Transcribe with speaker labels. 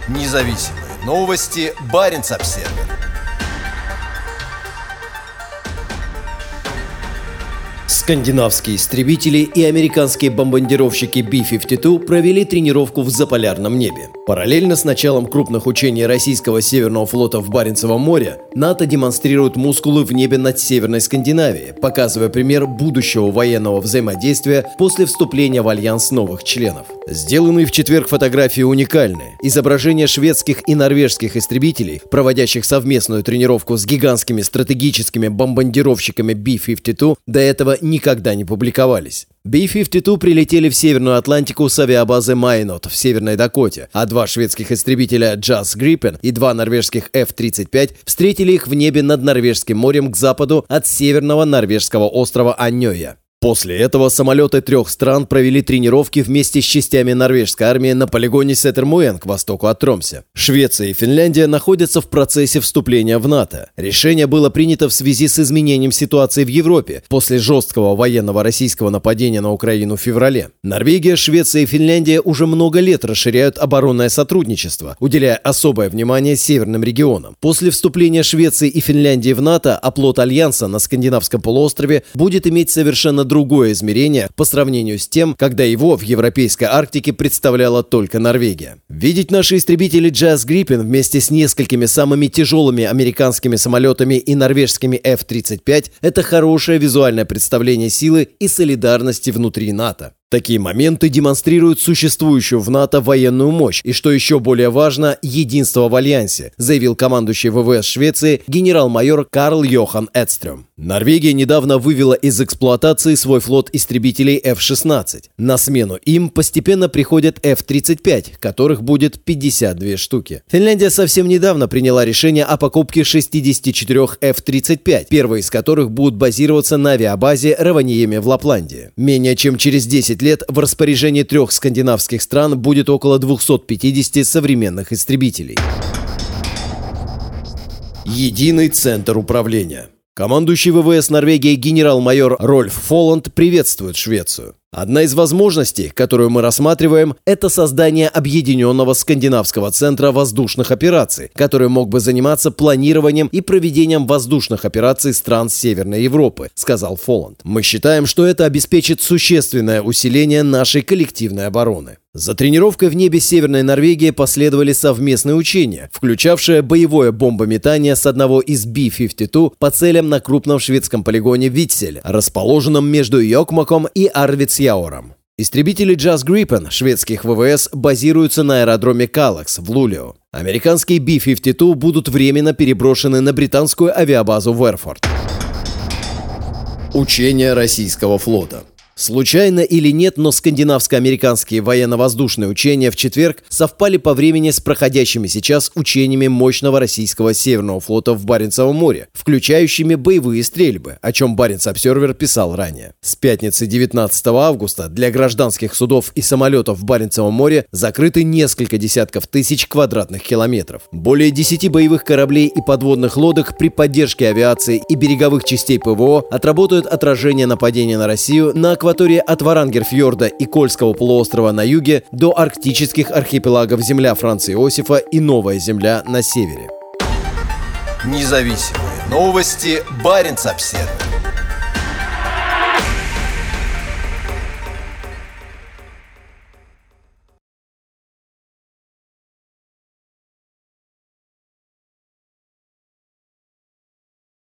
Speaker 1: Независимые новости. Баренц-Обсервер.
Speaker 2: Скандинавские истребители и американские бомбардировщики B-52 провели тренировку в заполярном небе. Параллельно с началом крупных учений российского Северного флота в Баренцевом море, НАТО демонстрирует мускулы в небе над Северной Скандинавией, показывая пример будущего военного взаимодействия после вступления в альянс новых членов. Сделанные в четверг фотографии уникальны. Изображения шведских и норвежских истребителей, проводящих совместную тренировку с гигантскими стратегическими бомбардировщиками B-52, до этого никогда не публиковались. B-52 прилетели в Северную Атлантику с авиабазы Майнот в Северной Дакоте, а два шведских истребителя JAS Gripen и два норвежских F-35 встретили их в небе над Норвежским морем к западу от северного норвежского острова Аньоя. После этого самолеты трех стран провели тренировки вместе с частями норвежской армии на полигоне Сетермуэн к востоку от Тромсе. Швеция и Финляндия находятся в процессе вступления в НАТО. Решение было принято в связи с изменением ситуации в Европе после жесткого военного российского нападения на Украину в феврале. Норвегия, Швеция и Финляндия уже много лет расширяют оборонное сотрудничество, уделяя особое внимание северным регионам. После вступления Швеции и Финляндии в НАТО оплот Альянса на Скандинавском полуострове будет иметь совершенно другое измерение по сравнению с тем, когда его в европейской Арктике представляла только Норвегия. Видеть наши истребители JAS Gripen вместе с несколькими самыми тяжелыми американскими самолетами и норвежскими F-35 – это хорошее визуальное представление силы и солидарности внутри НАТО. Такие моменты демонстрируют существующую в НАТО военную мощь и, что еще более важно, единство в альянсе, заявил командующий ВВС Швеции генерал-майор Карл Йохан Эдстрём. Норвегия недавно вывела из эксплуатации свой флот истребителей F-16. На смену им постепенно приходят F-35, которых будет 52 штуки. Финляндия совсем недавно приняла решение о покупке 64 F-35, первые из которых будут базироваться на авиабазе Раваньеми в Лапландии. Менее чем через 10 лет в распоряжении трех скандинавских стран будет около 250 современных истребителей. Единый центр управления. Командующий ВВС Норвегии генерал-майор Рольф Фоланд приветствует Швецию. Одна из возможностей, которую мы рассматриваем, это создание объединенного скандинавского центра воздушных операций, который мог бы заниматься планированием и проведением воздушных операций стран Северной Европы, сказал Фоланд. Мы считаем, что это обеспечит существенное усиление нашей коллективной обороны. За тренировкой в небе Северной Норвегии последовали совместные учения, включавшие боевое бомбометание с одного из B-52 по целям на крупном шведском полигоне Витсель, расположенном между Йокмоком и Арвицьяуром. Истребители JAS Gripen шведских ВВС базируются на аэродроме Калакс в Лулео. Американские B-52 будут временно переброшены на британскую авиабазу Верфорд. Учения российского флота. Случайно или нет, но скандинавско-американские военно-воздушные учения в четверг совпали по времени с проходящими сейчас учениями мощного российского Северного флота в Баренцевом море, включающими боевые стрельбы, о чем Баренц-Обсервер писал ранее. С пятницы 19 августа для гражданских судов и самолетов в Баренцевом море закрыты несколько десятков тысяч квадратных километров. Более 10 боевых кораблей и подводных лодок при поддержке авиации и береговых частей ПВО отработают отражение нападения на Россию на акватории от Варангерфьорда и Кольского полуострова на юге до арктических архипелагов Земля Франца Иосифа и Новая Земля на севере.
Speaker 1: Независимые новости. Баренц-Обсервер.